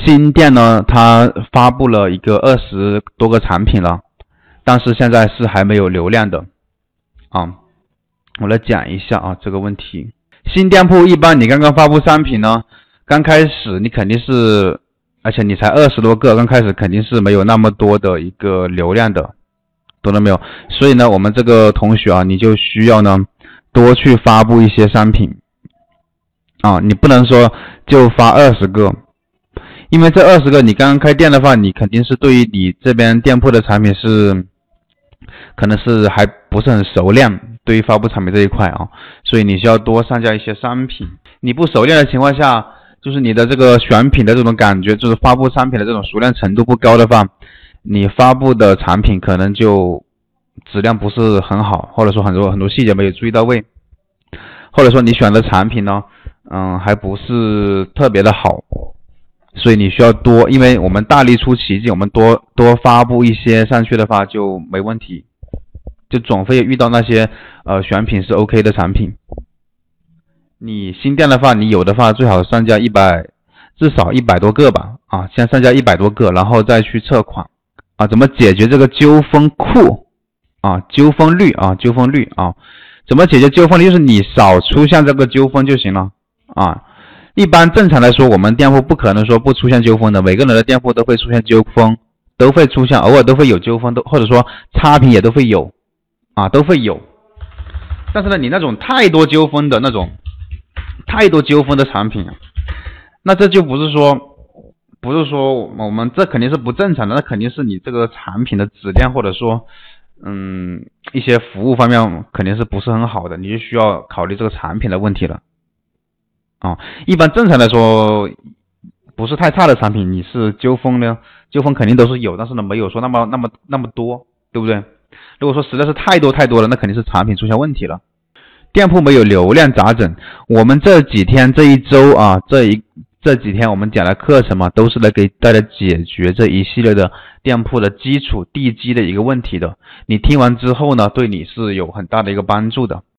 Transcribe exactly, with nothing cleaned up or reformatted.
新店呢，它发布了一个二十多个产品了，但是现在是还没有流量的啊。我来讲一下啊这个问题。新店铺一般你刚刚发布商品呢，刚开始你肯定是，而且你才二十多个，刚开始肯定是没有那么多的一个流量的，懂了没有？所以呢，我们这个同学啊，你就需要呢多去发布一些商品啊，你不能说就发二十个，因为这二十个你刚刚开店的话，你肯定是对于你这边店铺的产品是可能是还不是很熟练，对于发布产品这一块啊，所以你需要多上架一些商品。你不熟练的情况下，就是你的这个选品的这种感觉，就是发布商品的这种熟练程度不高的话，你发布的产品可能就质量不是很好，或者说很多很多细节没有注意到位，或者说你选的产品呢，嗯，还不是特别的好，所以你需要多，因为我们大力出奇迹，我们多多发布一些上去的话就没问题，就总会遇到那些呃选品是 OK 的产品。你新店的话，你有的话最好上架一百，至少一百多个吧，啊，先上架一百多个，然后再去测款啊。怎么解决这个纠纷库啊？纠纷率啊，纠纷率啊，怎么解决纠纷率？就是你少出现这个纠纷就行了啊。一般正常来说，我们店铺不可能说不出现纠纷的，每个人的店铺都会出现纠纷，都会出现，偶尔都会有纠纷，都或者说差评也都会有啊，都会有。但是呢，你那种太多纠纷的那种。太多纠纷的产品，那这就不是说不是说我们这肯定是不正常的，那肯定是你这个产品的质量或者说嗯一些服务方面肯定是不是很好的，你就需要考虑这个产品的问题了啊。一般正常来说不是太差的产品，你是纠纷呢，纠纷肯定都是有，但是呢没有说那么那么那么多，对不对？如果说实在是太多太多了，那肯定是产品出现问题了。店铺没有流量咋整？我们这几天这一周啊，这一这几天我们讲的课程嘛，都是来给大家解决这一系列的店铺的基础地基的一个问题的。你听完之后呢，对你是有很大的一个帮助的。